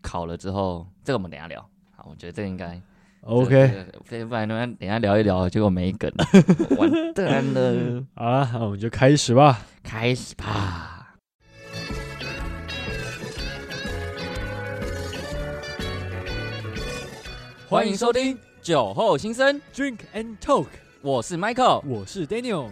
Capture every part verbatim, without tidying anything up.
烤了之后，这个我们等一下聊。好，我觉得这个应该 OK， 这个、不然等一下聊一聊，结果没梗了，完蛋了。 好了，那我们就开始吧。 开始吧。欢迎收听酒后心声 Drink and Talk， 我是 Michael， 我是 Daniel。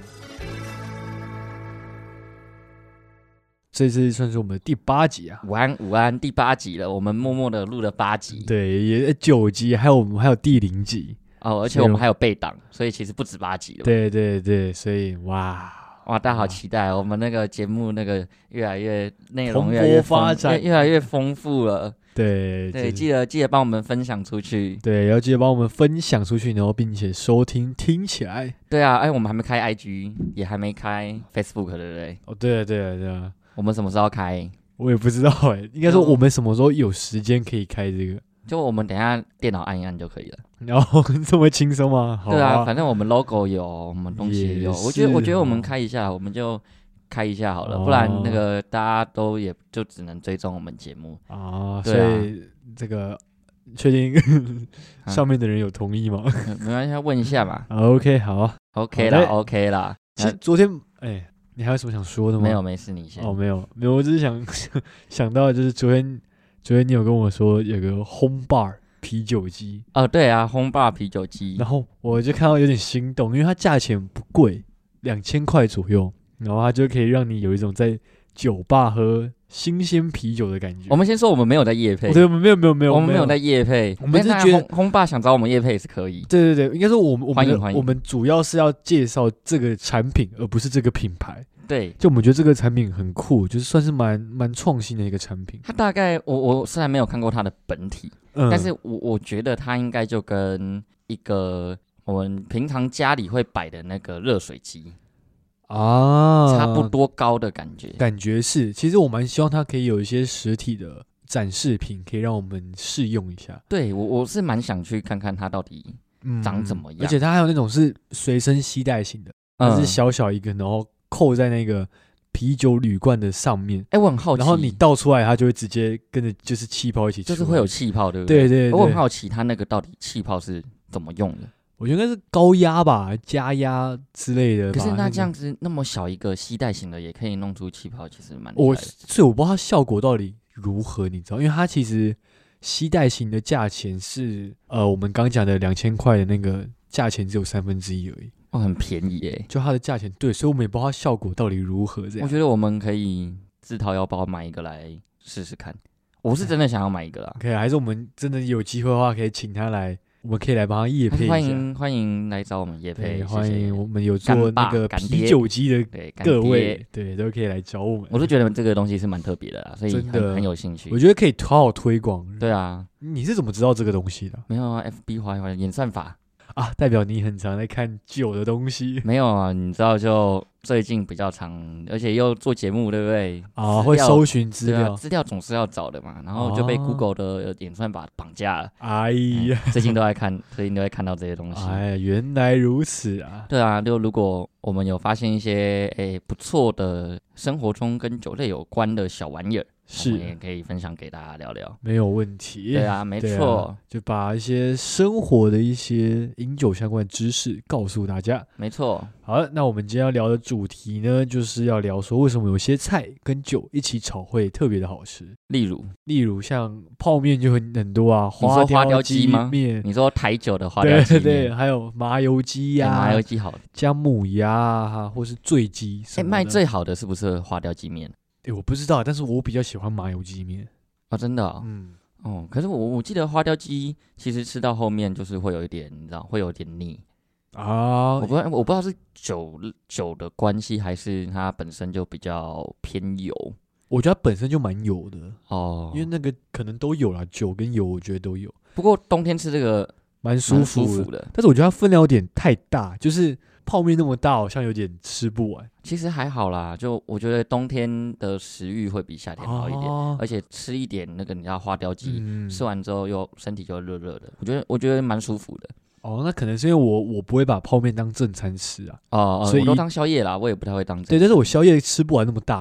这次算是我们的第八集啊， 午安午安，第八集了，我们默默的录了八集， 对，也九集，还有我们还有第零集哦，而且我们还有备档，所以其实不止八集了。 对对对，所以哇哇，大家好期待、哦，我们那个节目那个越来越内容蓬越来越勃发展， 越来越丰富了。 对对，记得记得帮我们分享出去。 对，要记得帮我们分享出去，然后并且收听听起来。 对啊，哎，我们还没开 I G， 也还没开 Facebook， 对不对？ 哦，对啊，对啊，对啊。 我们什么时候开？ 我也不知道哎、欸，应该说我们什么时候有时间可以开这个？ 就我们等一下电脑按一按就可以了。 然后这么轻松吗？好啊对啊，反正我们 logo 有，我们东西也有。我觉得，我觉得我们开一下，我们就开一下好了，哦、不然那个大家都也就只能追踪我们节目啊。 对啊， 所以这个确定上面的人有同意吗？ 啊、没关系，问一下嘛。 OK， 好 ，OK 啦 ，OK 啦。 其实昨天，哎、欸。你还有什么想说的吗？ 没有，没事，你先。 哦，没有，没有，我只是想想到，就是昨天，昨天你有跟我说有个 Home Bar 啤酒机。 哦，对啊 ，Home Bar 啤酒机。 然后我就看到有点心动，因为它价钱不贵，两千块左右，然后它就可以让你有一种在酒吧喝新鲜啤酒的感觉。 我们先说我们没有在业配， 对，我们没有没有没有， 我们没有在业配， 我们是觉得 Home Bar 想找我们业配也是可以。 对对对，应该说我们我们欢迎我们主要是要介绍这个产品，而不是这个品牌。 对， 就我们觉得这个产品很酷，就是算是蛮蛮创新的一个产品。 它大概我我虽然没有看过它的本体，嗯、但是我我觉得它应该就跟一个我们平常家里会摆的那个热水机啊差不多高的感觉。 感觉是，其实我蛮希望它可以有一些实体的展示品，可以让我们试用一下。 对我我是蛮想去看看它到底长怎么样， 嗯、而且它还有那种是随身携带型的，它是小小一个，然后扣在那个啤酒铝罐的上面。 哎、欸，我很好奇， 然后你倒出来，它就会直接跟着就是气泡一起出来， 就是会有气泡，对不对？ 对对对。 我很好奇，它那个到底气泡是怎么用的？ 我觉得应该是高压吧，加压之类的。 可是那这样子那么小一个吸带型的，也可以弄出气泡，其实蛮厉害的。 我所以我不知道它效果到底如何，你知道？因为它其实吸带型的价钱是呃，我们刚讲的两千块的那个价钱只有三分之一而已。 哦，很便宜耶！ 就它的价钱，对，所以我们也不知道它效果到底如何。这样， 我觉得我们可以自掏腰包买一个来试试看。我是真的想要买一个啦。 可以，还是我们真的有机会的话，可以请他来，我们可以来帮他业配一下。 欢迎欢迎来找我们业配， 欢迎我们有做那个啤酒机的各位，对，都可以来找我们。 我都觉得这个东西是蛮特别的啦，所以很很有兴趣。 我觉得可以好好推广。 对啊， 你是怎么知道这个东西的？ 没有啊 ，F B 滑一滑演算法。 啊，代表你很常在看酒的东西。 没有啊，你知道就最近比较常，而且又做节目，对不对？ 啊，会搜寻资料， 资料总是要找的嘛，然后就被 Google 的演算法绑架了。 哎呀， 最近都在看，最近都在看到这些东西。 哎，原来如此啊！ 对啊，就如果我们有发现一些诶不错的生活中跟酒类有关的小玩意儿。是，我们也可以分享给大家聊聊， 没有问题。 对啊，没错、 啊，就把一些生活的一些饮酒相关的知识告诉大家。 没错。 好了，那我们今天要聊的主题呢，就是要聊说为什么有些菜跟酒一起炒会特别的好吃。 例如， 例如像泡面就很很多啊， 花雕鸡吗？ 你说台酒的花雕鸡面， 对对，还有麻油鸡呀、啊， 麻油鸡好， 姜母鸭啊，或是醉鸡。 哎，卖最好的是不是花雕鸡面？ 欸、我不知道，但是我比较喜欢麻油鸡面哦，真的、哦，嗯，哦，可是我我记得花雕鸡其实吃到后面就是会有一点，你知道，会有点腻啊。我不我不知道是酒酒的关系，还是它本身就比较偏油。 我觉得它本身就蛮油的哦， 因为那个可能都有啦，酒跟油我觉得都有。 不过冬天吃这个蛮舒服 的, 舒服的，但是我觉得它分量有点太大，就是泡面那么大，好像有点吃不完。 其实还好啦，就我觉得冬天的食欲会比夏天好一点，哦、而且吃一点那个你知道花雕鸡，嗯、吃完之后又身体就热热的，我觉得我觉得蛮舒服的。 哦，那可能是因为我我不会把泡面当正餐吃啊， 哦，所以我都当宵夜啦，我也不太会当正餐。 对，但是我宵夜吃不完那么大个。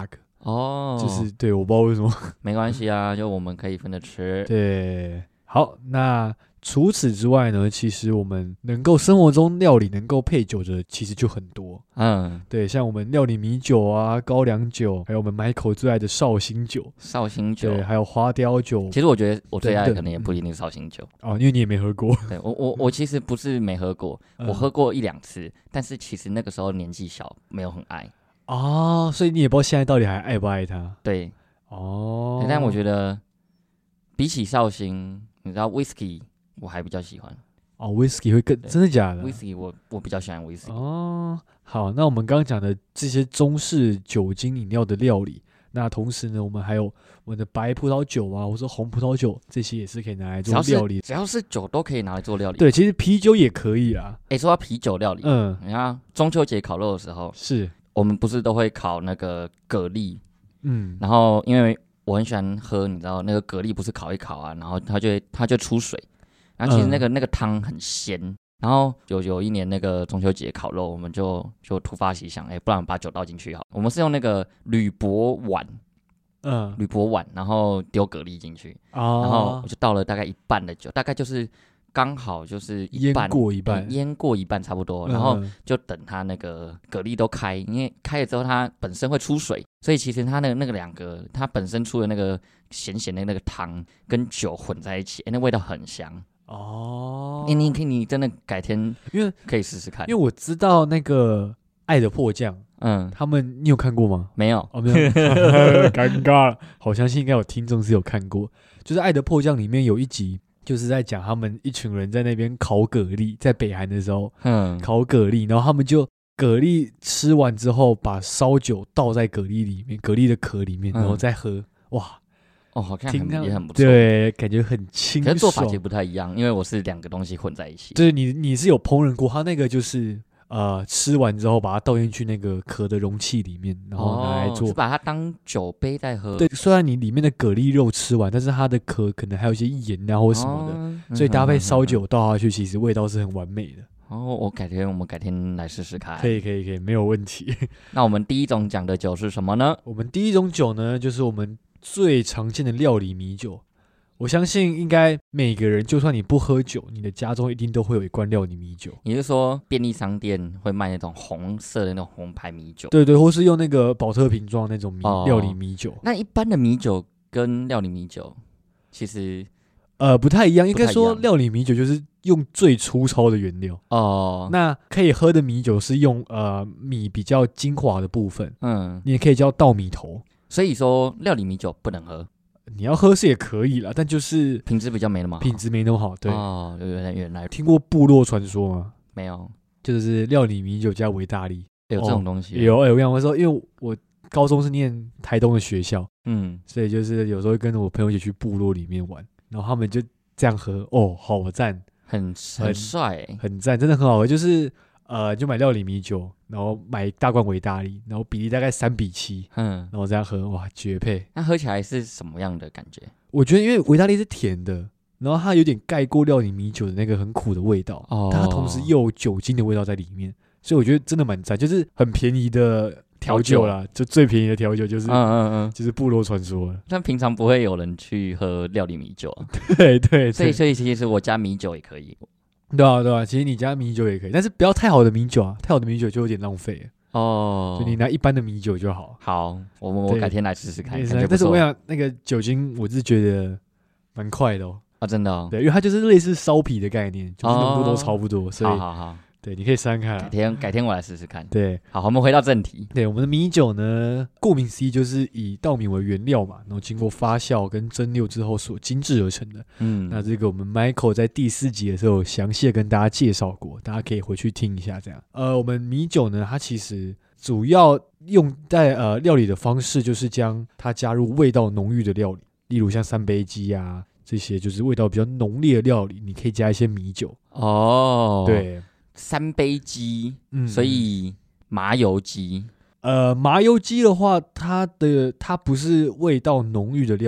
哦，就是对，我不知道为什么。 没关系啊，就我们可以分着吃。 对，好，那除此之外呢，其实我们能够生活中料理能够配酒的其实就很多。嗯，对，像我们料理米酒啊、高粱酒，还有我们 Michael 最爱的绍兴酒， 绍兴酒， 对，还有花雕酒。 其实我觉得我最爱可能也不一定是绍兴酒哦，因为你也没喝过。 对，我我我其实不是没喝过，我喝过一两次，但是其实那个时候年纪小，没有很爱。 哦，所以你也不知道现在到底还爱不爱它。 对， 哦， 对，但我觉得比起绍兴，你知道 whisky 我还比较喜欢。 哦 ，whisky 会更真的假的 ？whisky 我我比较喜欢 whisky。 哦，好，那我们刚刚讲的这些中式酒精饮料的料理，那同时呢，我们还有我们的白葡萄酒啊，或者红葡萄酒，这些也是可以拿来做料理。 只要是酒都可以拿来做料理。 对，其实啤酒也可以啊。 哎，说到啤酒料理，嗯，你看中秋节烤肉的时候， 是我们不是都会烤那个蛤蜊，嗯，然后因为我很喜欢喝，你知道那个蛤蜊不是烤一烤啊，然后它就会它就出水，然后其实那个、嗯、那个汤很鲜。然后有有一年那个中秋节烤肉，我们就就突发奇想，哎，不然把酒倒进去好。我们是用那个铝箔碗，嗯，铝箔碗，然后丢蛤蜊进去，哦、然后我就倒了大概一半的酒，大概就是刚好就是一半腌过一半， 腌过一半差不多，然后就等它那个蛤蜊都开，因为开了之后它本身会出水，所以其实它那个那个两个它本身出的那个咸咸的那个汤跟酒混在一起，哎，那味道很香。哦，你你可以，你真的改天因为可以试试看， 因为我知道那个《爱的迫降》，嗯，他们你有看过吗？ 没有， 哦，没有，尴尬了。好，相信应该有听众是有看过，就是《爱的迫降》里面有一集，就是在讲他们一群人在那边烤蛤蜊，在北韩的时候，嗯，烤蛤蜊，然后他们就蛤蜊吃完之后，把烧酒倒在蛤蜊里面，蛤蜊的壳里面，然后再喝，嗯、哇！ 哦，好像很也很不错， 对，感觉很清爽。 可是做法其实不太一样，因为我是两个东西混在一起。 就是你你是有烹饪过，它那个就是呃吃完之后把它倒进去那个壳的容器里面，然后拿来做， 哦、是把它当酒杯在喝。 对，虽然你里面的蛤蜊肉吃完，但是它的壳可能还有一些盐啊或什么的，哦、所以搭配烧酒倒下去，其实味道是很完美的。 哦，我改天我们改天来试试看。 可以可以可以，没有问题。 那我们第一种讲的酒是什么呢？ 我们第一种酒呢，就是我们最常见的料理米酒。我相信应该每个人，就算你不喝酒，你的家中一定都会有一罐料理米酒。 你是说便利商店会卖那种红色的那种红牌米酒？ 对对，或是用那个保特瓶装那种米、哦、料理米酒。 那一般的米酒跟料理米酒其实呃不太一样，应该说料理米酒就是用最粗糙的原料哦。那可以喝的米酒是用呃米比较精华的部分，嗯，你也可以叫稻米头。 所以说料理米酒不能喝。 你要喝是也可以啦，但就是品质比较没那么好， 品质没那么好。对哦，原来原来听过部落传说吗？ 没有， 就是料理米酒加维大利， 有这种东西、啊哦？有，哎、欸，我跟我说，因为我高中是念台东的学校，嗯，所以就是有时候会跟着我朋友一起去部落里面玩，然后他们就这样喝，哦，好赞， 很很帅、欸， 很赞，真的很好喝，就是。呃，就买料理米酒，然后买大罐维大利，然后比例大概三比七，嗯，然后这样喝，哇，绝配！ 那喝起来是什么样的感觉？ 我觉得因为维大利是甜的，然后它有点盖过料理米酒的那个很苦的味道，哦，但它同时又有酒精的味道在里面，所以我觉得真的蛮赞，就是很便宜的调酒啦，就最便宜的调酒就是，嗯嗯嗯，就是部落传说了。 但平常不会有人去喝料理米酒、啊， 对 对, 对， 所以所以其实我家米酒也可以。 对啊，对啊，其实你家米酒也可以，但是不要太好的米酒啊，太好的米酒就有点浪费了哦。就你拿一般的米酒就好。 好，我们我改天来试试看。 但是我想那个酒精，我是觉得蛮快的哦。 啊，真的哦。 对，因为它就是类似烧啤的概念，就是浓度都差不多，哦、所以好好好。 对，你可以试看看。 改天改天我来试试看。 对， 好，我们回到正题。 对，我们的米酒呢，顾名思义就是以稻米为原料嘛，然后经过发酵跟蒸馏之后所精制而成的。嗯，那这个我们 Michael 在第四集的时候详细的跟大家介绍过，大家可以回去听一下。这样，呃，我们米酒呢，它其实主要用在呃料理的方式，就是将它加入味道浓郁的料理，例如像三杯鸡啊这些，就是味道比较浓烈的料理，你可以加一些米酒。哦，对。 三杯鸡，嗯，所以麻油鸡， 呃，麻油鸡的话，它的它不是味道浓郁的料理，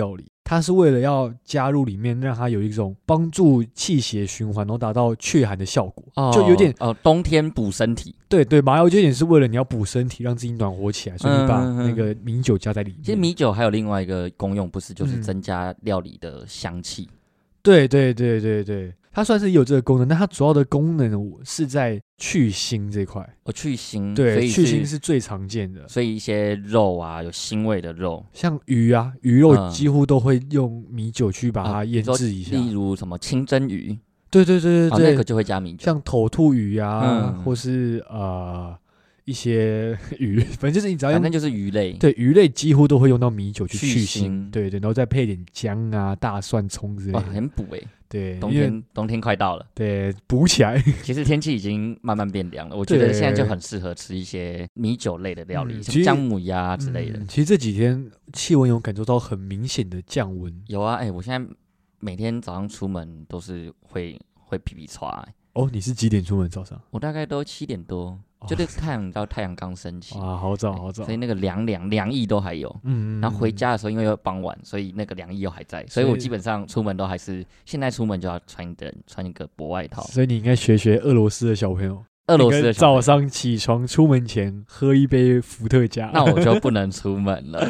它是为了要加入里面，让它有一种帮助气血循环，然后达到祛寒的效果， 哦、 就有点哦，冬天补身体。 对对，麻油就有点是为了你要补身体，让自己暖和起来，所以你把那个米酒加在里面。 其实米酒还有另外一个功用，不是就是增加料理的香气。嗯、 对对对对对。它算是有这个功能，但它主要的功能是在去腥这块。 哦，去腥， 对， 所以去腥是最常见的。 所以一些肉啊，有腥味的肉， 像鱼啊，鱼肉几乎都会用米酒去把它腌制一下。 嗯、例如什么清蒸鱼， 对对对对对、 哦，那个就会加米酒。 像头兔鱼啊，嗯、或是呃一些鱼，反正就是你只要用， 反正就是鱼类。 对，鱼类几乎都会用到米酒去去腥。 腥。对对，然后再配点姜啊、大蒜、葱之类的。 哇，很补哎。 对， 冬天冬天快到了， 对，补起来。 其实天气已经慢慢变凉了，我觉得现在就很适合吃一些米酒类的料理，像姜母鸭之类的、 嗯。其实这几天气温有感受到很明显的降温。 有啊，哎、欸，我现在每天早上出门都是会会皮皮唰、欸。 哦，你是几点出门？早上？ 我大概都七点多，就是太阳到太阳刚升起， 哇，好早好早， 所以那个凉凉凉意都还有。嗯，然后回家的时候，因为又傍晚，所以那个凉意又还在，所以我基本上出门都还是现在出门就要穿一个穿一个薄外套。 所以你应该学学俄罗斯的小朋友。 俄罗斯的早上起床出门前喝一杯伏特加， 那我就不能出门了。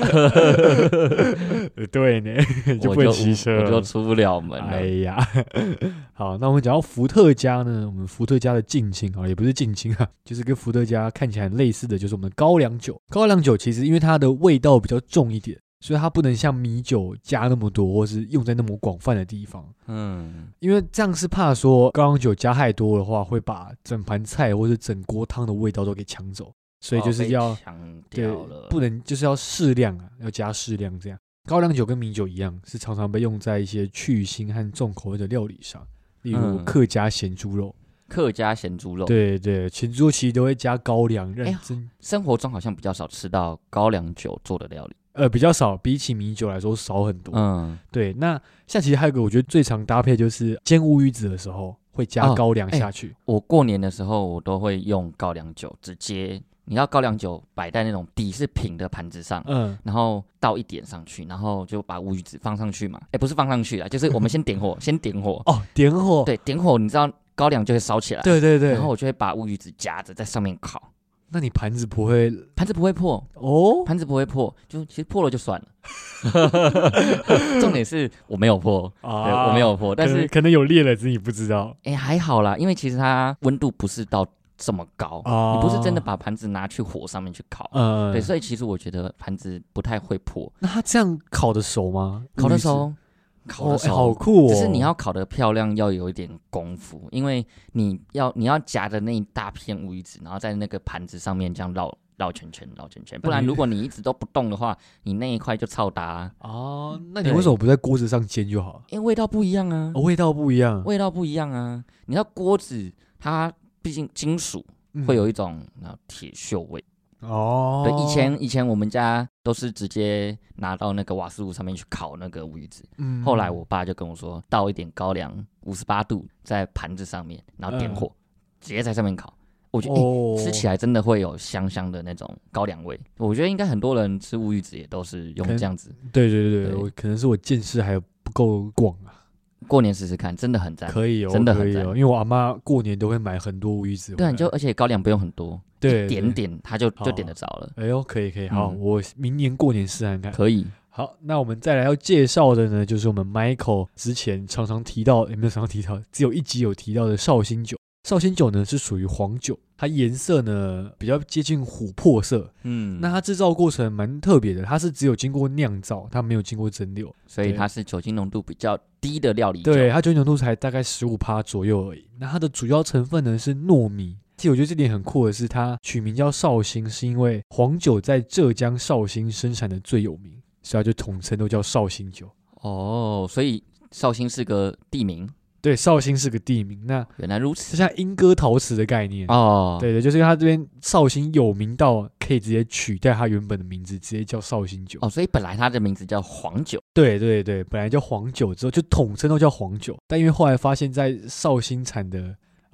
对呢，就不能骑车， 我就出不了门了。 哎呀，好，那我们讲到伏特加呢，我们伏特加的近亲啊，也不是近亲啊，就是跟伏特加看起来很类似的，就是我们的高粱酒。高粱酒其实因为它的味道比较重一点，所以它不能像米酒加那么多，或是用在那么广泛的地方。嗯，因为这样是怕说高粱酒加太多的话，会把整盘菜或是整锅汤的味道都给抢走，所以就是要抢掉了， 不能就是要适量啊，要加适量这样。高粱酒跟米酒一样，是常常被用在一些去腥和重口味的料理上，例如客家咸猪肉。嗯客家咸猪肉， 对对，咸猪肉其实都会加高粱，认真、欸。 生活中好像比较少吃到高粱酒做的料理， 呃，比较少，比起米酒来说少很多。嗯，对。那像其实还有一个，我觉得最常搭配就是煎乌鱼子的时候会加高粱下去、哦欸。 我过年的时候我都会用高粱酒直接。你要高粱酒摆在那种底是平的盘子上，嗯，然后倒一点上去，然后就把乌鱼子放上去嘛。哎、欸，不是放上去啦，就是我们先点火，先点火。 哦，点火。 对，点火，你知道高粱就会烧起来。 对对对。 然后我就会把乌鱼子夹着在上面烤。 那你盘子不会？ 盘子不会破哦，盘子不会破，就其实破了就算了。重点是我没有破，啊、对，我没有破，但是可, 可能有裂了，只是你不知道。 哎、欸，还好啦，因为其实它温度不是到这么高、哦，你不是真的把盘子拿去火上面去烤，嗯，对，所以其实我觉得盘子不太会破。 那它这样烤得熟吗？ 烤得熟，烤得熟、 哦欸，好酷哦！ 只是你要烤得漂亮，要有一点功夫，因为你要你要夹着那一大片乌鱼子，然后在那个盘子上面这样绕绕圈圈，绕圈圈，不然如果你一直都不动的话，你那一块就超搭哦。那你为什么不在锅子上煎就好？ 因为味道不一样啊、 哦，味道不一样， 味道不一样啊！你知道锅子它。毕竟金属会有一种铁锈味哦。对，以前以前我们家都是直接拿到那个瓦斯炉上面去烤那个乌鱼子。嗯，后来我爸就跟我说，倒一点高粱五十八度在盘子上面，然后点火，嗯、直接在上面烤。我觉得、哦欸、吃起来真的会有香香的那种高粱味。我觉得应该很多人吃乌鱼子也都是用这样子。 对对对对，我可能是我见识还不够广啊。 过年试试看，真的很赞， 可以哦， 真的很赞哦。因为我阿妈过年都会买很多乌鱼子， 对、啊，就而且高粱不用很多，对，一点点它就就点得着了。 哎呦，可以可以，好，嗯、我明年过年试看看， 可以。 好，那我们再来要介绍的呢，就是我们 Michael 之前常常提到，有没有常常提到？只有一集有提到的绍兴酒。绍兴酒呢是属于黄酒，它颜色呢比较接近琥珀色，嗯，那它制造过程蛮特别的，它是只有经过酿造，它没有经过蒸馏， 所以它是酒精浓度比较低的料理酒。 对，它酒精浓度才大概 百分之十五 左右而已。那它的主要成分呢是糯米。其实我觉得这点很酷的是，它取名叫绍兴，是因为黄酒在浙江绍兴生产的最有名，所以它就统称都叫绍兴酒。 哦，所以绍兴是个地名。 对，绍兴是个地名。那原来如此， 就像莺歌陶瓷的概念哦。对对，就是因为它这边绍兴有名到可以直接取代它原本的名字，直接叫绍兴酒。 哦，所以本来它的名字叫黄酒。 对对对，本来叫黄酒，之后就统称都叫黄酒。但因为后来发现，在绍兴产的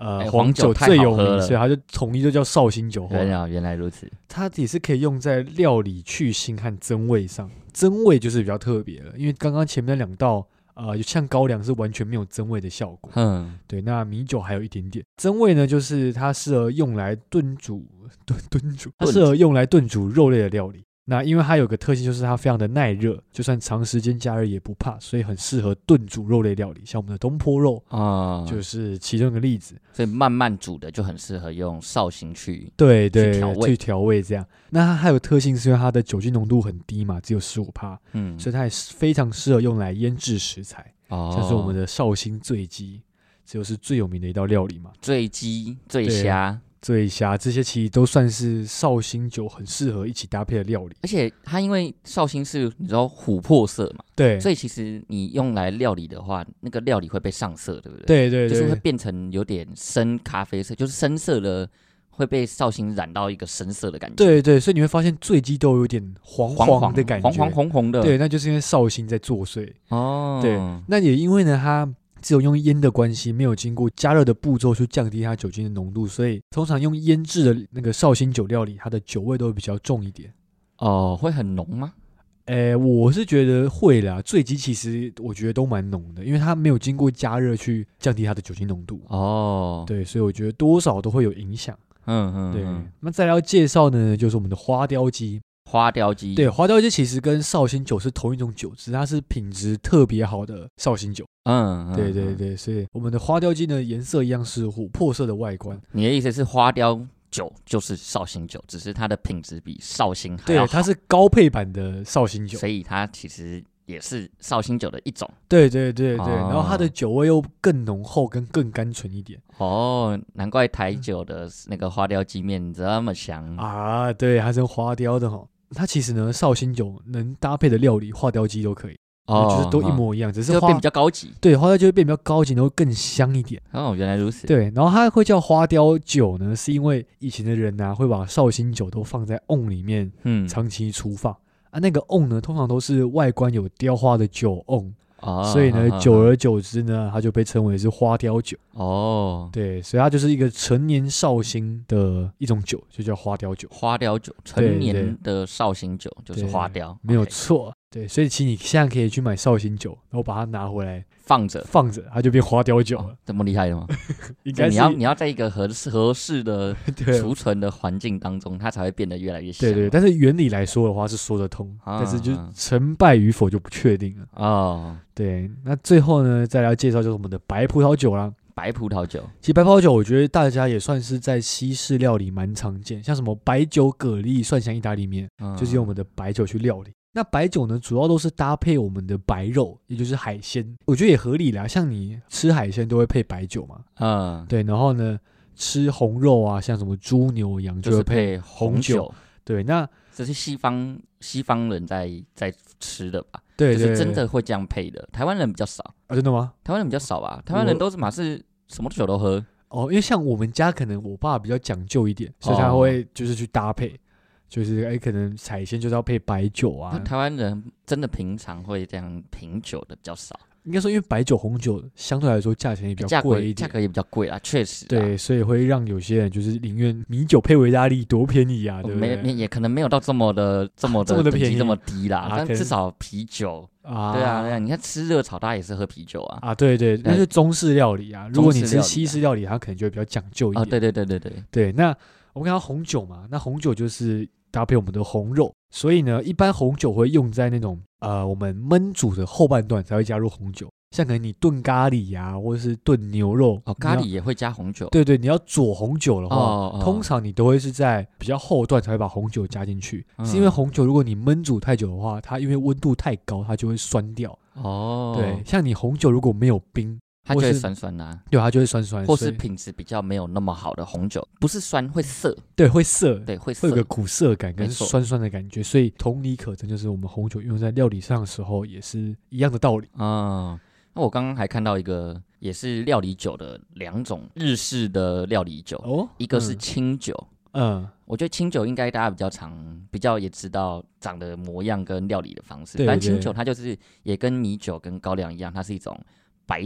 呃、 欸、 黄酒最有名，所以它就统一就叫绍兴酒。 原来原来如此， 它也是可以用在料理去腥和增味上。增味就是比较特别了，因为刚刚前面两道呃，像高粱是完全没有增味的效果。嗯，对，那米酒还有一点点增味呢，就是它适合用来炖煮炖炖煮，它适合用来炖煮肉类的料理。那因为它有个特性，就是它非常的耐热，就算长时间加热也不怕，所以很适合炖煮肉类料理，像我们的东坡肉啊，就是其中一个例子。 所以慢慢煮的就很适合用绍兴去对对去调味去调味这样。那它还有特性是因为它的酒精浓度很低嘛，只有 百分之十五， 嗯，所以它也非常适合用来腌制食材，哦，像是我们的绍兴醉鸡，这就是最有名的一道料理嘛。 醉鸡、醉虾。 醉虾这些其实都算是绍兴酒很适合一起搭配的料理， 而且它因为绍兴是你知道琥珀色嘛， 对， 所以其实你用来料理的话，那个料理会被上色，对不对？ 对对对， 就是会变成有点深咖啡色，就是深色的会被绍兴染到一个深色的感觉。 对对，所以你会发现醉鸡都有点黄黄的感觉， 黄黄红红的。 对，那就是因为绍兴在作祟哦。对，那也因为呢它只有用腌的关系，没有经过加热的步骤去降低它酒精的浓度，所以通常用腌制的那个绍兴酒料理，它的酒味都会比较重一点。 哦，会很浓吗？ 诶，我是觉得会啦。醉鸡其实我觉得都蛮浓的，因为它没有经过加热去降低它的酒精浓度。哦，对，所以我觉得多少都会有影响。嗯嗯，对。那再来要介绍呢，就是我们的花雕鸡。 花雕鸡， 对，花雕鸡其实跟绍兴酒是同一种酒，只是它是品质特别好的绍兴酒。嗯，对对对，所以我们的花雕鸡呢，颜色一样是琥珀色的外观。 你的意思是花雕酒就是绍兴酒，只是它的品质比绍兴还要好。 对，它是高配版的绍兴酒， 所以它其实也是绍兴酒的一种。 对对对对，哦，然后它的酒味又更浓厚，跟更甘醇一点。 哦，难怪台酒的那个花雕鸡面这么香啊！对，它是用花雕的齁。它其实呢，绍兴酒能搭配的料理，花雕鸡都可以，哦，就是都一模一样，哦，只是花就变比较高级。 对，花雕就会变比较高级，然后更香一点。 哦，原来如此。 对，然后它会叫花雕酒呢，是因为以前的人啊，会把绍兴酒都放在瓮里面，嗯，长期储放啊。那个瓮呢，通常都是外观有雕花的酒瓮。哦，所以呢，啊，久而久之呢，它就被称为是花雕酒。哦，对，所以它就是一个陈年绍兴的一种酒，就叫花雕酒。 花雕酒，陈年的绍兴酒就是花雕， 没有错。对，所以其实你现在可以去买绍兴酒，然后把它拿回来放着， 放着，它就变花雕酒了。哦， 这么厉害的吗？ 应该是你要你要在一个合适合适的储存的环境当中，它才会变得越来越香。 对对，但是原理来说的话是说得通，啊，但是就成败与否就不确定了。哦，对，那最后呢，再来介绍就是我们的白葡萄酒啦。 白葡萄酒， 其实白葡萄酒我觉得大家也算是在西式料理蛮常见，像什么白酒蛤蜊蒜香意大利面，嗯，就是用我们的白酒去料理。那白酒呢，主要都是搭配我们的白肉，也就是海鲜，我觉得也合理啦。像你吃海鲜都会配白酒嘛，嗯，对。然后呢，吃红肉啊，像什么猪牛羊就会配红酒。就是，红酒对，那这是西方西方人在在吃的吧？对， 对， 对，就是真的会这样配的。台湾人比较少啊，真的吗？ 台湾人比较少吧？台湾人都是嘛是什么酒都喝哦，因为像我们家可能我爸比较讲究一点，所以他会就是去搭配。哦，就是哎，可能海鲜就是要配白酒啊。 台湾人真的平常会这样品酒的比较少， 应该说因为白酒、红酒相对来说价钱也比较贵一点， 价格也比较贵啊，确实。 对，所以会让有些人就是宁愿米酒配维大利，多便宜啊，对不对？ 没也可能没有到这么的这么的便宜这么低啦，啊，但至少啤酒啊，对啊，对啊，你看吃热炒，大家也是喝啤酒啊。 啊，对对，那是中式料理啊。如果你吃西式料理，它可能就会比较讲究一点。 啊，对对对对对对。那我们看到红酒嘛，那红酒就是搭配我们的红肉，所以呢，一般红酒会用在那种呃我们焖煮的后半段才会加入红酒，像可能你炖咖喱呀、啊，或者是炖牛肉哦，咖喱也会加红酒。 对对，你要佐红酒的话，哦哦、通常你都会是在比较后段才会把红酒加进去，嗯、是因为红酒如果你焖煮太久的话，它因为温度太高，它就会酸掉。哦，对，像你红酒如果没有冰。 它就会酸酸的、啊， 对，它就会酸酸， 或是品质比较没有那么好的红酒，不是酸会涩， 对，会涩， 对，会涩， 会有个苦涩感跟酸酸的感觉，所以同理可证，就是我们红酒用在料理上的时候也是一样的道理啊、嗯。那我刚刚还看到一个也是料理酒的两种日式的料理酒，哦，一个是清酒，嗯，我觉得清酒应该大家比较常比较也知道长的模样跟料理的方式，反正清酒它就是也跟米酒跟高粱一样，它是一种白酒。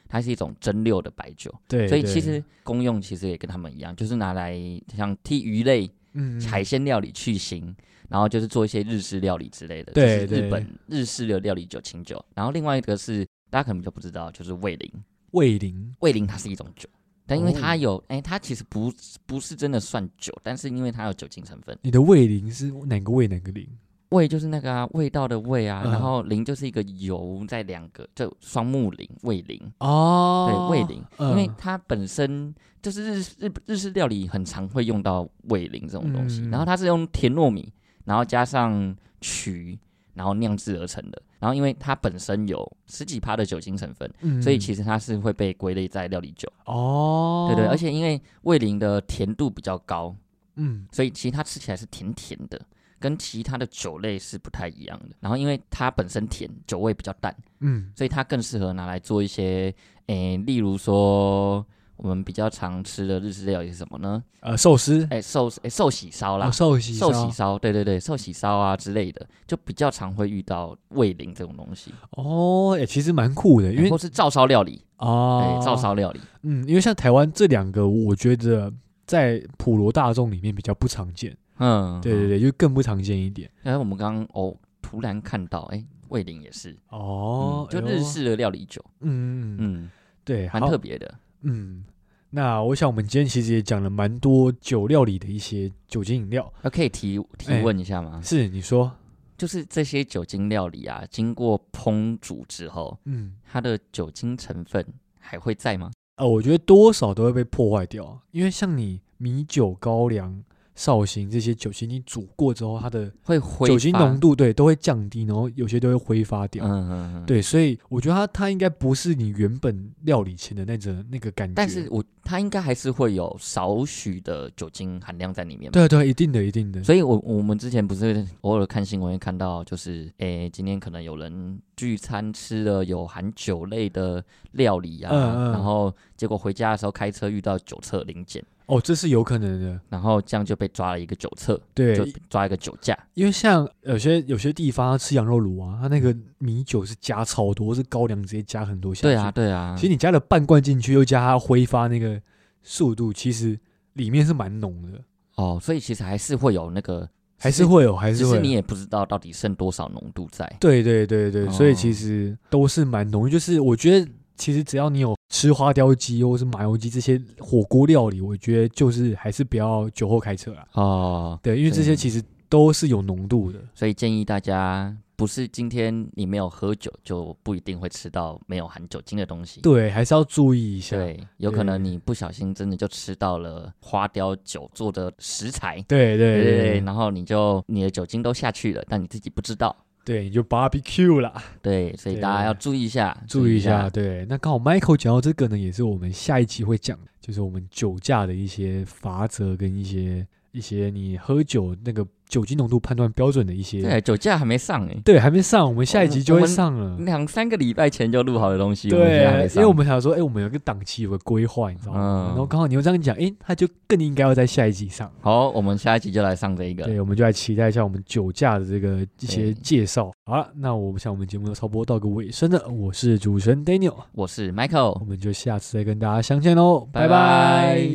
它是一种蒸馏的白酒， 对， 所以其实功用其实也跟他们一样，就是拿来像替鱼类、嗯、海鲜料理去腥，然后就是做一些日式料理之类的， 对， 就是日本日式的料理酒清酒。然后另外一个是大家可能就不知道，就是味淋。 味淋， 味淋它是一种酒。但因为它有，哎、哦欸，它其实不不是真的算酒，但是因为它有酒精成分。 你的味淋是哪个味哪个淋？ 味就是那个啊，味道的味啊，嗯、然后淋就是一个油在两个，就双木淋味淋哦，对味淋、嗯，因为它本身就是日日日式料理很常会用到味淋这种东西、嗯，然后它是用甜糯米，然后加上曲。然后酿制而成的，然后因为它本身有十几趴的酒精成分、嗯，所以其实它是会被归类在料理酒哦，对对，而且因为味淋的甜度比较高，嗯，所以其实它吃起来是甜甜的，跟其他的酒类是不太一样的。然后因为它本身甜，酒味比较淡，嗯，所以它更适合拿来做一些，诶，例如说。我们比较常吃的日式料理是什么呢？ 呃，寿司， 哎、欸，寿哎寿喜烧啦， 寿喜寿喜烧，对对对，寿喜烧啊之类的，就比较常会遇到味淋这种东西。 哦，哎、欸，其实蛮酷的，因为、欸、 或是照烧料理哦，哎、欸，照烧料理， 嗯，因为像台湾这两个，我觉得在普罗大众里面比较不常见，嗯，对对对，就更不常见一点。 因为我们刚刚哦突然看到，哎、欸，味淋也是哦、嗯，就日式的料理酒，嗯嗯， 对， 蛮特别的。 嗯，那我想我们今天其实也讲了蛮多酒料理的一些酒精饮料， 可以提提问一下吗？ 欸、是你说， 就是这些酒精料理啊，经过烹煮之后，嗯，它的酒精成分还会在吗？ 呃，我觉得多少都会被破坏掉，因为像你米酒、高粱、绍兴这些酒精，你煮过之后，它的会酒精浓度对都会降低，然后有些都会挥发掉。嗯嗯嗯，对，所以我觉得它它应该不是你原本料理前的那种那个感觉， 但是我它应该还是会有少许的酒精含量在里面。 对对，一定的一定的。 所以我我们之前不是偶尔看新闻会看到，就是诶，今天可能有人聚餐吃了有含酒类的料理啊，嗯嗯，然后结果回家的时候开车遇到酒测临检。 哦，这是有可能的， 然后这样就被抓了一个酒测， 对， 就抓一个酒驾。 因为像有些有些地方吃羊肉炉啊，它那个米酒是加超多，是高粱直接加很多下去。 对啊，对啊。 其实你加了半罐进去，又加它挥发那个速度，其实里面是蛮浓的。 哦，所以其实还是会有那个， 还是会有，还是会有， 只是你也不知道到底剩多少浓度在。 对对对对，哦，所以其实都是蛮浓，就是我觉得。其实只要你有吃花雕鸡或是麻油鸡这些火锅料理，我觉得就是还是不要酒后开车啦。哦，对，因为这些其实都是有浓度的， 所以建议大家不是今天你没有喝酒就不一定会吃到没有含酒精的东西。 对，还是要注意一下。 对，有可能你不小心真的就吃到了花雕酒做的食材。 对对 对, 对, 对，然后你就你的酒精都下去了，但你自己不知道。 对，你就 barbecue 啦。 对，所以大家要注意一下， 注意一下。对，那刚好 Michael 讲到这个呢，也是我们下一集会讲，就是我们酒驾的一些法则跟一些一些你喝酒那个酒精浓度判断标准的一些。 对，酒驾还没上哎、欸。 对，还没上，我们下一集就会上了。 两三个礼拜前就录好的东西， 对， 我们还没上， 因为我们想说，哎、欸，我们有个档期，有个规划，你知道吗？嗯、然后刚好你又这样讲，哎、欸，他就更应该要在下一集上。 好，我们下一集就来上这一个。 对，我们就来期待一下我们酒驾的这个一些介绍。好了，那我想我们节目又差不多到个尾声了。我是主持人 Daniel， 我是 Michael， 我们就下次再跟大家相见喽，拜拜。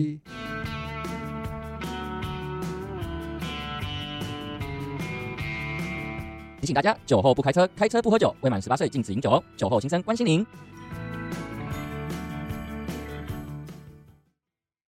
提醒大家，酒后不开车，开车不喝酒，未满十八岁禁止饮酒哦。酒后心生关心您。